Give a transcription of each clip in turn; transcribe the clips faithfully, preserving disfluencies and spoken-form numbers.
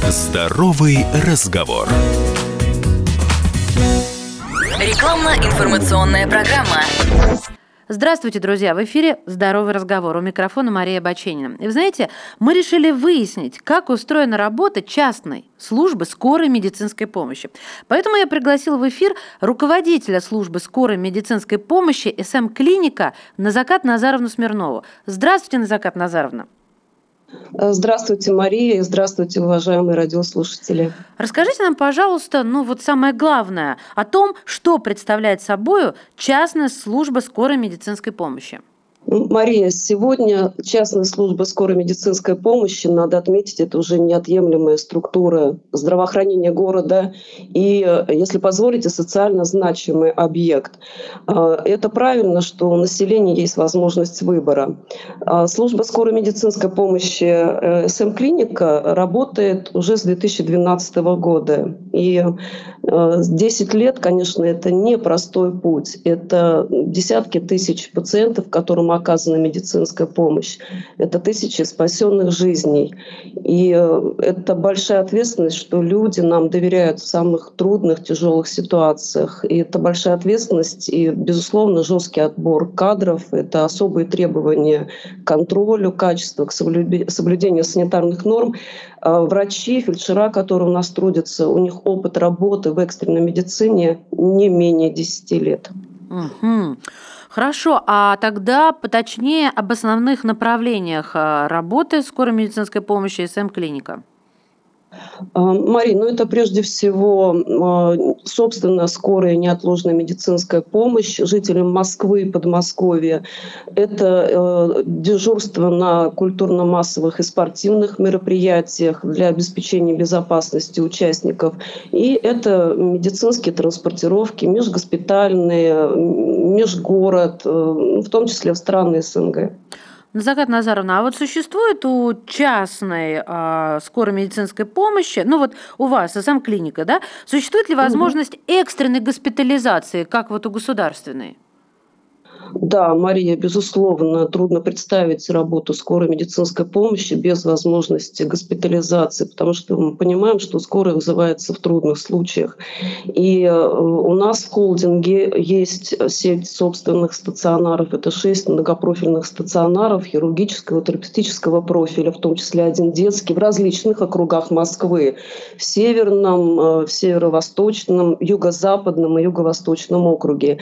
Здоровый разговор. Рекламно-информационная программа. Здравствуйте, друзья! В эфире «Здоровый разговор». У микрофона Мария Баченина. И вы знаете, мы решили выяснить, как устроена работа частной службы скорой медицинской помощи. Поэтому я пригласила в эфир руководителя службы скорой медицинской помощи эс эм-клиника Назакат Назаровну Смирнову. Здравствуйте, Назакат Назаровна! Здравствуйте, Мария, и здравствуйте, уважаемые радиослушатели. Расскажите нам, пожалуйста, ну вот самое главное о том, что представляет собой частная служба скорой медицинской помощи. Мария, сегодня частная служба скорой медицинской помощи, надо отметить, это уже неотъемлемая структура здравоохранения города и, если позволите, социально значимый объект. Это правильно, что у населения есть возможность выбора. Служба скорой медицинской помощи эс эм-клиника работает уже с две тысячи двенадцатого года. И десять лет, конечно, это непростой путь. Это десятки тысяч пациентов, которым оказана медицинская помощь. Это тысячи спасенных жизней. И это большая ответственность, что люди нам доверяют в самых трудных, тяжелых ситуациях. И это большая ответственность и, безусловно, жесткий отбор кадров. Это особые требования к контролю качества, к соблюдению санитарных норм. Врачи, фельдшера, которые у нас трудятся, у них опыт работы в экстренной медицине не менее десяти лет. Угу. Хорошо, а тогда поточнее об основных направлениях работы скорой медицинской помощи эс эм-клиника. Мария, ну это прежде всего, собственно, скорая неотложная медицинская помощь жителям Москвы и Подмосковья. Это дежурство на культурно-массовых и спортивных мероприятиях для обеспечения безопасности участников. И это медицинские транспортировки, межгоспитальные, межгород, в том числе в страны эс эн гэ. Назакат Назаровна, а вот существует у частной э, скорой медицинской помощи, ну вот у вас эс эм-клиника, да, существует ли возможность экстренной госпитализации, как вот у государственной? Да, Мария, безусловно, трудно представить работу скорой медицинской помощи без возможности госпитализации, потому что мы понимаем, что скорая вызывается в трудных случаях. И у нас в холдинге есть сеть собственных стационаров, это шесть многопрофильных стационаров хирургического, терапевтического профиля, в том числе один детский, в различных округах Москвы, в Северном, в Северо-Восточном, Юго-Западном и Юго-Восточном округе.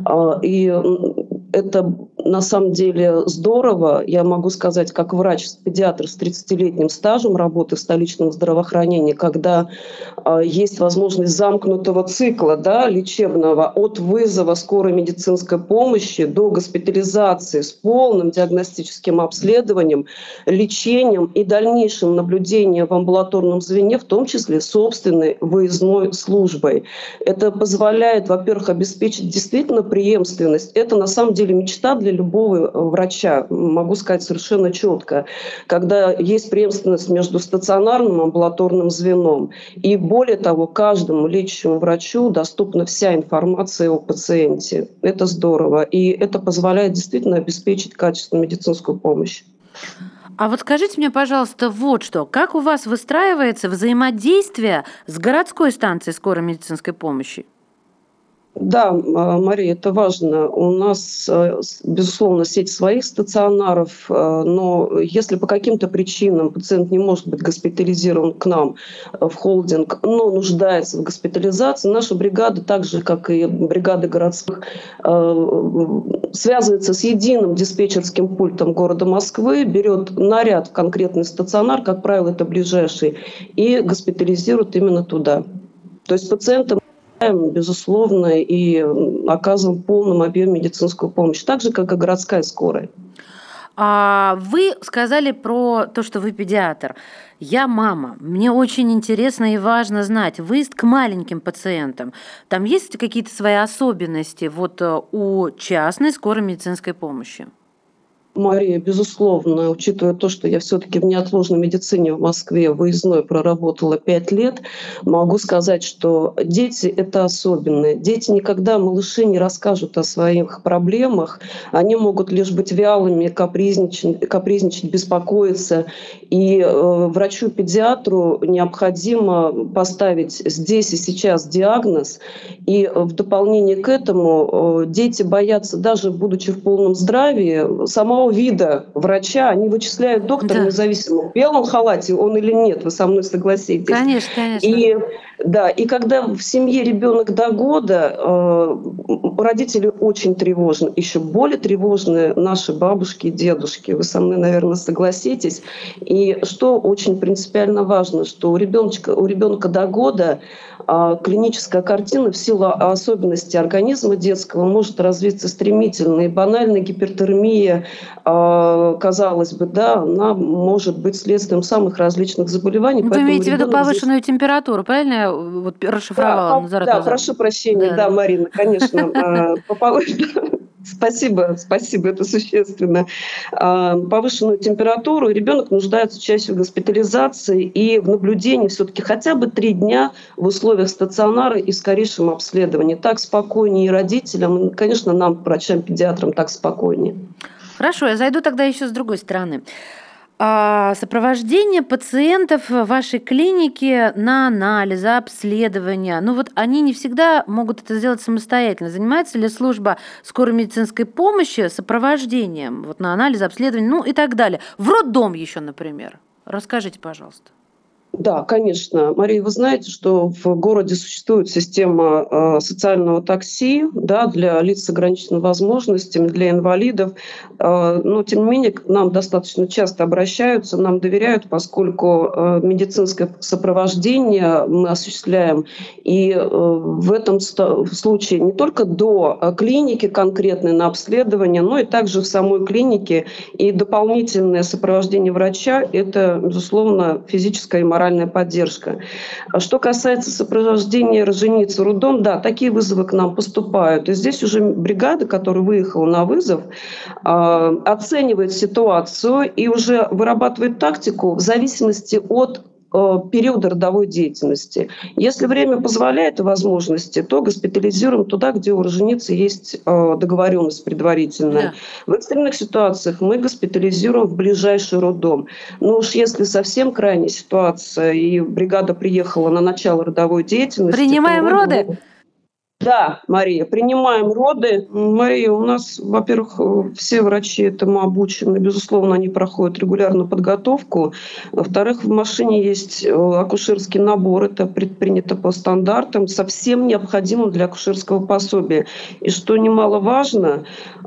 И это на самом деле здорово. Я могу сказать, как врач-педиатр с тридцатилетним стажем работы в столичном здравоохранении, когда э, есть возможность замкнутого цикла, да, лечебного от вызова скорой медицинской помощи до госпитализации с полным диагностическим обследованием, лечением и дальнейшим наблюдением в амбулаторном звене, в том числе собственной выездной службой. Это позволяет, во-первых, обеспечить действительно преемственность. Это на самом деле мечта для любого врача, могу сказать совершенно четко, когда есть преемственность между стационарным и амбулаторным звеном. И более того, каждому лечащему врачу доступна вся информация о пациенте. Это здорово. И это позволяет действительно обеспечить качественную медицинскую помощь. А вот скажите мне, пожалуйста, вот что. Как у вас выстраивается взаимодействие с городской станцией скорой медицинской помощи? Да, Мария, это важно. У нас, безусловно, сеть своих стационаров, но если по каким-то причинам пациент не может быть госпитализирован к нам в холдинг, но нуждается в госпитализации, наша бригада, так же, как и бригады городских, связывается с единым диспетчерским пультом города Москвы, берет наряд в конкретный стационар, как правило, это ближайший, и госпитализирует именно туда. То есть пациентам безусловно, и оказываем в полном объеме медицинскую помощь, так же, как и городская скорая. А вы сказали про то, что вы педиатр. Я мама. Мне очень интересно и важно знать выезд к маленьким пациентам. Там есть какие-то свои особенности вот у частной скорой медицинской помощи? Мария, безусловно, учитывая то, что я все-таки в неотложной медицине в Москве выездной проработала пять лет, могу сказать, что дети — это особенные. Дети никогда, малыши, не расскажут о своих проблемах. Они могут лишь быть вялыми, капризничать, капризничать беспокоиться. И э, врачу-педиатру необходимо поставить здесь и сейчас диагноз. И в дополнение к этому э, дети боятся, даже будучи в полном здравии, самого вида врача. Они вычисляют доктора, Да, независимо, в белом халате он или нет, вы со мной согласитесь. конечно, конечно. И да, и когда в семье ребенок до года, э, родители очень тревожны. Еще более тревожны наши бабушки и дедушки. Вы со мной, наверное, согласитесь. И что очень принципиально важно, что у ребеночка, у ребенка до года а, клиническая картина в силу особенностей организма детского может развиться стремительно. И банальная гипертермия, а, казалось бы, да, она может быть следствием самых различных заболеваний. Вы Поэтому имеете в виду ребенок здесь... повышенную температуру, правильно я вот Да, расшифровала по- Назарет да, Назаровну? прошу прощения, Да, да, да. Марина, конечно. а, по повы- Спасибо, спасибо, это существенно. А, Повышенную температуру, ребенок нуждается чаще в госпитализации и в наблюдении все-таки хотя бы три дня в условиях стационара и скорейшем обследовании. Так спокойнее и родителям, и, конечно, нам, врачам-педиатрам, так спокойнее. Хорошо, я зайду тогда еще с другой стороны. А, Сопровождение пациентов в вашей клинике на анализы, обследования, ну вот они не всегда могут это сделать самостоятельно. Занимается ли служба скорой медицинской помощи сопровождением вот на анализы, обследования, ну и так далее? В роддом еще, например. Расскажите, пожалуйста. Да, конечно. Мария, вы знаете, что в городе существует система э, социального такси, да, для лиц с ограниченными возможностями, для инвалидов. Э, но, тем не менее, к нам достаточно часто обращаются, нам доверяют, поскольку э, медицинское сопровождение мы осуществляем. И э, в этом ста- в случае не только до э, клиники конкретной на обследование, но и также в самой клинике. И дополнительное сопровождение врача — это, безусловно, физическая и моральная поддержка. А что касается сопровождения рожениц в роддом, да, такие вызовы к нам поступают. И здесь уже бригада, которая выехала на вызов, а, оценивает ситуацию и уже вырабатывает тактику в зависимости от э, периода родовой деятельности. Если время позволяет и возможности, то госпитализируем туда, где у роженицы есть э, договоренность предварительная. Да. В экстренных ситуациях мы госпитализируем в ближайший роддом. Но уж если совсем крайняя ситуация и бригада приехала на начало родовой деятельности, то Принимаем роды? роды... Да, Мария, принимаем роды. Мария, у нас, во-первых, э, все врачи этому обучены. Безусловно, они проходят регулярную подготовку. Во-вторых, в машине есть э, акушерский набор. Это предпринято по стандартам, совсем необходимым для акушерского пособия. И что немаловажно,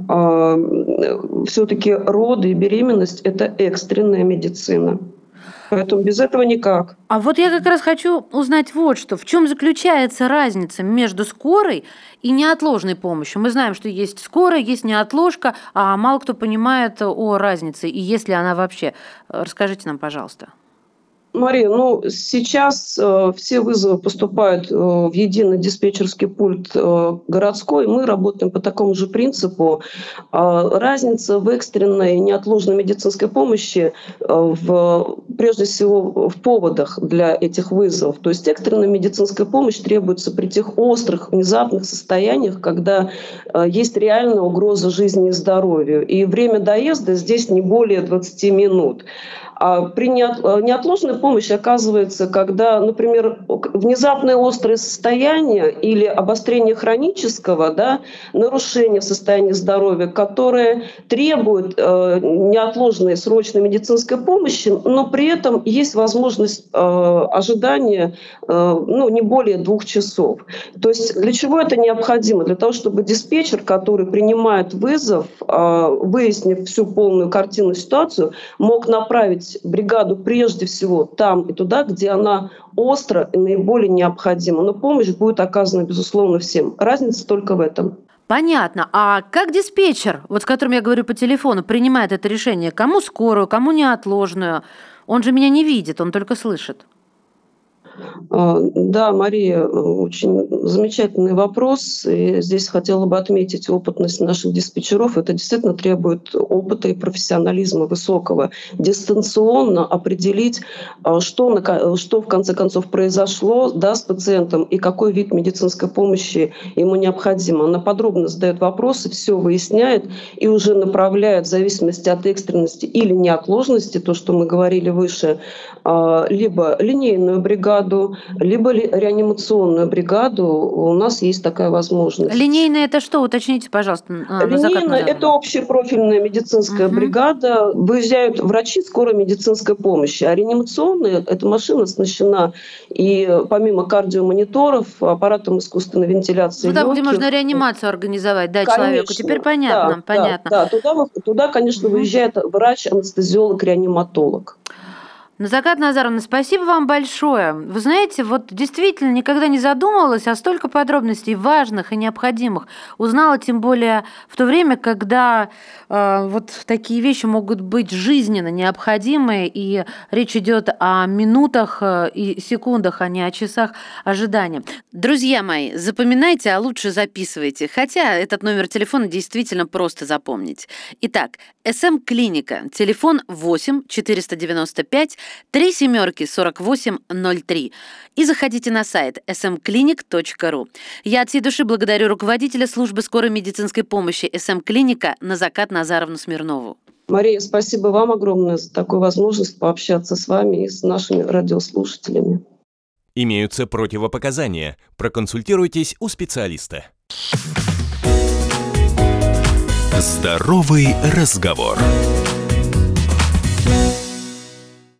все-таки роды и беременность — это экстренная медицина. Поэтому без этого никак. А вот я как раз хочу узнать вот что. В чем заключается разница между скорой и неотложной помощью? Мы знаем, что есть скорая, есть неотложка, а мало кто понимает о разнице, и есть ли она вообще. Расскажите нам, пожалуйста. Мария, ну сейчас э, все вызовы поступают э, в единый диспетчерский пульт э, городской. Мы работаем по такому же принципу. Э, разница в экстренной неотложной медицинской помощи э, в, прежде всего в поводах для этих вызовов. То есть экстренная медицинская помощь требуется при тех острых, внезапных состояниях, когда э, есть реальная угроза жизни и здоровью. И время доезда здесь не более двадцати минут. А при неотложной помощи оказывается, когда, например, внезапное острое состояние или обострение хронического, да, нарушение состояния здоровья, которое требует э, неотложной срочной медицинской помощи, но при этом есть возможность э, ожидания э, ну, не более двух часов. То есть для чего это необходимо? Для того, чтобы диспетчер, который принимает вызов, э, выяснив всю полную картину, ситуацию, мог направить бригаду прежде всего там и туда, где она остро и наиболее необходима. Но помощь будет оказана, безусловно, всем. Разница только в этом. Понятно. А как диспетчер, вот с которым я говорю по телефону, принимает это решение? Кому скорую, кому неотложную? Он же меня не видит, он только слышит. А, Да, Мария, очень замечательный вопрос. И здесь хотела бы отметить опытность наших диспетчеров. Это действительно требует опыта и профессионализма высокого. Дистанционно определить, а, что, на ко- что в конце концов произошло, да, с пациентом и какой вид медицинской помощи ему необходимо. Она подробно задает вопросы, все выясняет и уже направляет в зависимости от экстренности или неотложности, то, что мы говорили выше, а, либо линейную бригаду, либо ли- реанимационную бригаду. У нас есть такая возможность. Линейное это что? Уточните, пожалуйста, н- а, на закат Линейная — это Назарова. общепрофильная медицинская Мгм. бригада. Выезжают врачи скорой медицинской помощи. А реанимационная — эта машина оснащена и э, помимо кардиомониторов, аппаратом искусственной вентиляции Ну, там, где можно легких. реанимацию организовать, да, человеку. Теперь Конечно, да, понятно, да, понятно. да. Туда, вы- туда, конечно, Мгм. выезжает врач, анестезиолог, реаниматолог. Назакат Назаровна, спасибо вам большое. Вы знаете, вот действительно никогда не задумывалась, а столько подробностей важных и необходимых узнала, тем более в то время, когда э, вот такие вещи могут быть жизненно необходимы, и речь идет о минутах э, и секундах, а не о часах ожидания. Друзья мои, запоминайте, а лучше записывайте, хотя этот номер телефона действительно просто запомнить. Итак, эс эм-клиника, телефон восемь четыреста девяносто пять три семерки сорок восемь ноль три. И заходите на сайт эс эм клиник точка ру. Я от всей души благодарю руководителя службы скорой медицинской помощи эс эм-клиника Назакат Назаровну Смирнову. Мария, спасибо вам огромное за такую возможность пообщаться с вами и с нашими радиослушателями. Имеются противопоказания. Проконсультируйтесь у специалиста. Здоровый разговор.